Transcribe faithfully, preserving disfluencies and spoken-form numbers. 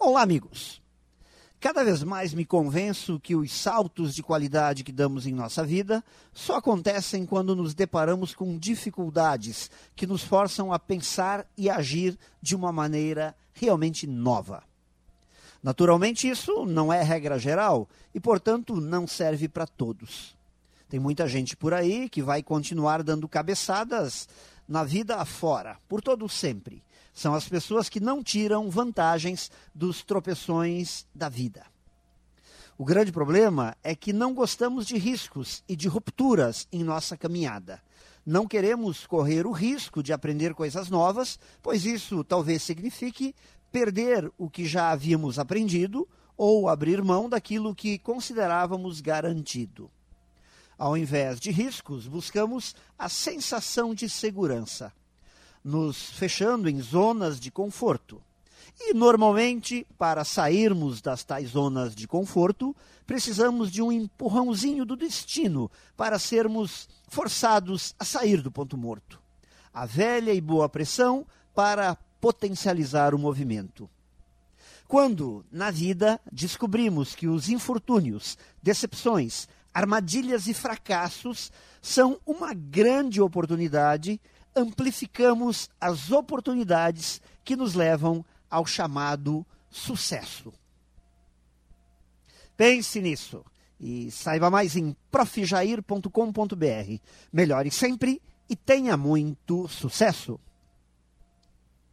Olá, amigos! Cada vez mais me convenço que os saltos de qualidade que damos em nossa vida só acontecem quando nos deparamos com dificuldades que nos forçam a pensar e agir de uma maneira realmente nova. Naturalmente, isso não é regra geral e, portanto, não serve para todos. Tem muita gente por aí que vai continuar dando cabeçadas na vida afora, por todo sempre. São as pessoas que não tiram vantagens dos tropeções da vida. O grande problema é que não gostamos de riscos e de rupturas em nossa caminhada. Não queremos correr o risco de aprender coisas novas, pois isso talvez signifique perder o que já havíamos aprendido ou abrir mão daquilo que considerávamos garantido. Ao invés de riscos, buscamos a sensação de segurança, nos fechando em zonas de conforto. E, normalmente, para sairmos das tais zonas de conforto, precisamos de um empurrãozinho do destino para sermos forçados a sair do ponto morto. A velha e boa pressão para potencializar o movimento. Quando, na vida, descobrimos que os infortúnios, decepções, armadilhas e fracassos são uma grande oportunidade, amplificamos as oportunidades que nos levam ao chamado sucesso. Pense nisso e saiba mais em prof jair ponto com ponto br. Melhore sempre e tenha muito sucesso!